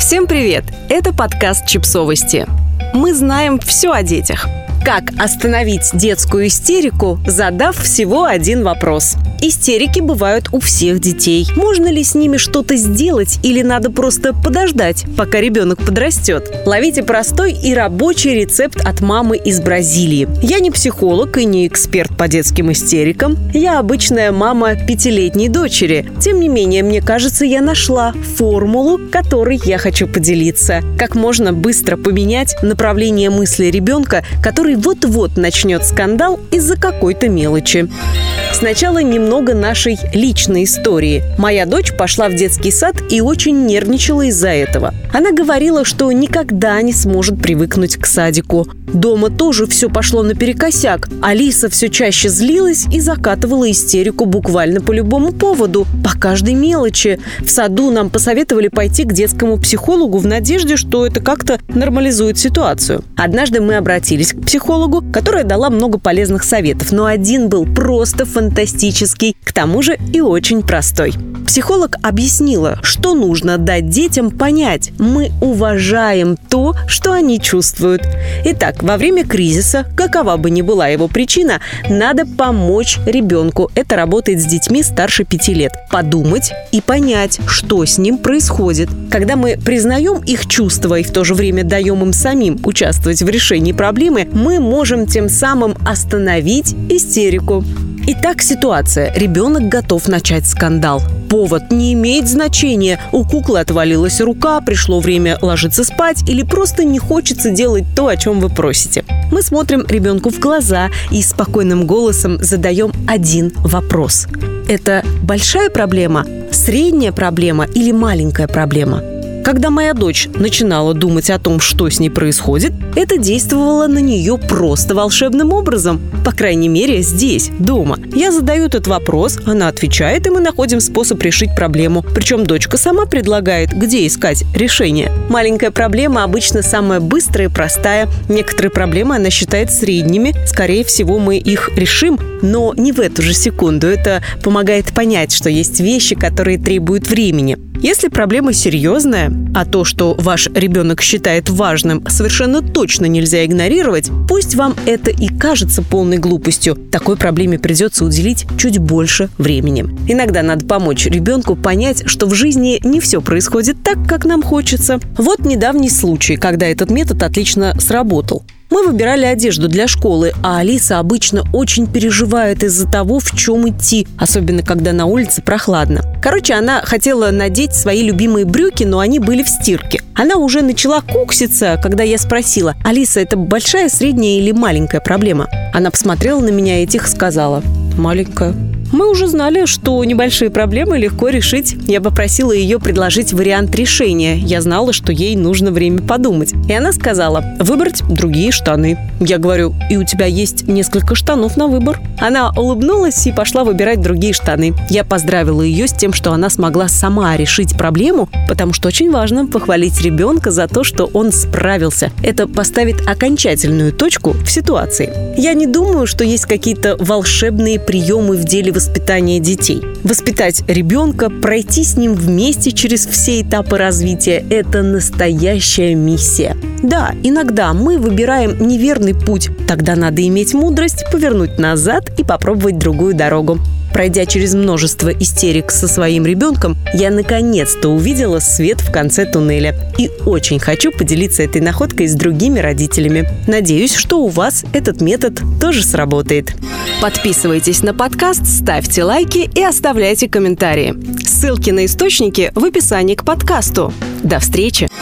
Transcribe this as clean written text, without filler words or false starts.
Всем привет! Это подкаст «Чипсовости». Мы знаем все о детях. Как остановить детскую истерику, задав всего один вопрос? Истерики бывают у всех детей. Можно ли с ними что-то сделать или надо просто подождать, пока ребенок подрастет? Ловите простой и рабочий рецепт от мамы из Бразилии. Я не психолог и не эксперт по детским истерикам. Я обычная мама 5-летней дочери. Тем не менее, мне кажется, я нашла формулу, которой я хочу поделиться. Как можно быстро поменять направление мысли ребенка, который вот-вот начнет скандал из-за какой-то мелочи. Сначала немного нашей личной истории. Моя дочь пошла в детский сад и очень нервничала из-за этого. Она говорила, что никогда не сможет привыкнуть к садику. Дома тоже все пошло наперекосяк. Алиса все чаще злилась и закатывала истерику буквально по любому поводу, по каждой мелочи. В саду нам посоветовали пойти к детскому психологу в надежде, что это как-то нормализует ситуацию. Однажды мы обратились к психологу, которая дала много полезных советов, но один был просто фантастический, к тому же и очень простой. Психолог объяснила, что нужно дать детям понять: мы уважаем то, что они чувствуют. Итак, во время кризиса, какова бы ни была его причина, надо помочь ребенку. Это работает с детьми старше 5 лет. Подумать и понять, что с ним происходит. Когда мы признаем их чувства и в то же время даем им самим участвовать в решении проблемы, мы можем тем самым остановить истерику. Итак, ситуация. Ребенок готов начать скандал. Повод не имеет значения. У куклы отвалилась рука, пришло время ложиться спать или просто не хочется делать то, о чем вы просите. Мы смотрим ребенку в глаза и спокойным голосом задаем один вопрос. Это большая проблема, средняя проблема или маленькая проблема? Когда моя дочь начинала думать о том, что с ней происходит, это действовало на нее просто волшебным образом. По крайней мере, здесь, дома. Я задаю этот вопрос, она отвечает, и мы находим способ решить проблему. Причем дочка сама предлагает, где искать решение. Маленькая проблема обычно самая быстрая и простая. Некоторые проблемы она считает средними. Скорее всего, мы их решим, но не в эту же секунду. Это помогает понять, что есть вещи, которые требуют времени. Если проблема серьезная, а то, что ваш ребенок считает важным, совершенно точно нельзя игнорировать, пусть вам это и кажется полной глупостью, такой проблеме придется уделить чуть больше времени. Иногда надо помочь ребенку понять, что в жизни не все происходит так, как нам хочется. Вот недавний случай, когда этот метод отлично сработал. Мы выбирали одежду для школы, а Алиса обычно очень переживает из-за того, в чем идти, особенно когда на улице прохладно. Короче, она хотела надеть свои любимые брюки, но они были в стирке. Она уже начала кукситься, когда я спросила: «Алиса, это большая, средняя или маленькая проблема?» Она посмотрела на меня и тихо сказала: «Маленькая». Мы уже знали, что небольшие проблемы легко решить. Я попросила ее предложить вариант решения. Я знала, что ей нужно время подумать. И она сказала: выбрать другие штаны. Я говорю: и у тебя есть несколько штанов на выбор. Она улыбнулась и пошла выбирать другие штаны. Я поздравила ее с тем, что она смогла сама решить проблему, потому что очень важно похвалить ребенка за то, что он справился. Это поставит окончательную точку в ситуации. Я не думаю, что есть какие-то волшебные приемы в деле воспитания детей. Воспитать ребенка, пройти с ним вместе через все этапы развития – это настоящая миссия. Да, иногда мы выбираем неверный путь. Тогда надо иметь мудрость повернуть назад и попробовать другую дорогу. Пройдя через множество истерик со своим ребенком, я наконец-то увидела свет в конце туннеля. И очень хочу поделиться этой находкой с другими родителями. Надеюсь, что у вас этот метод тоже сработает. Подписывайтесь на подкаст, ставьте лайки и оставляйте комментарии. Ссылки на источники в описании к подкасту. До встречи!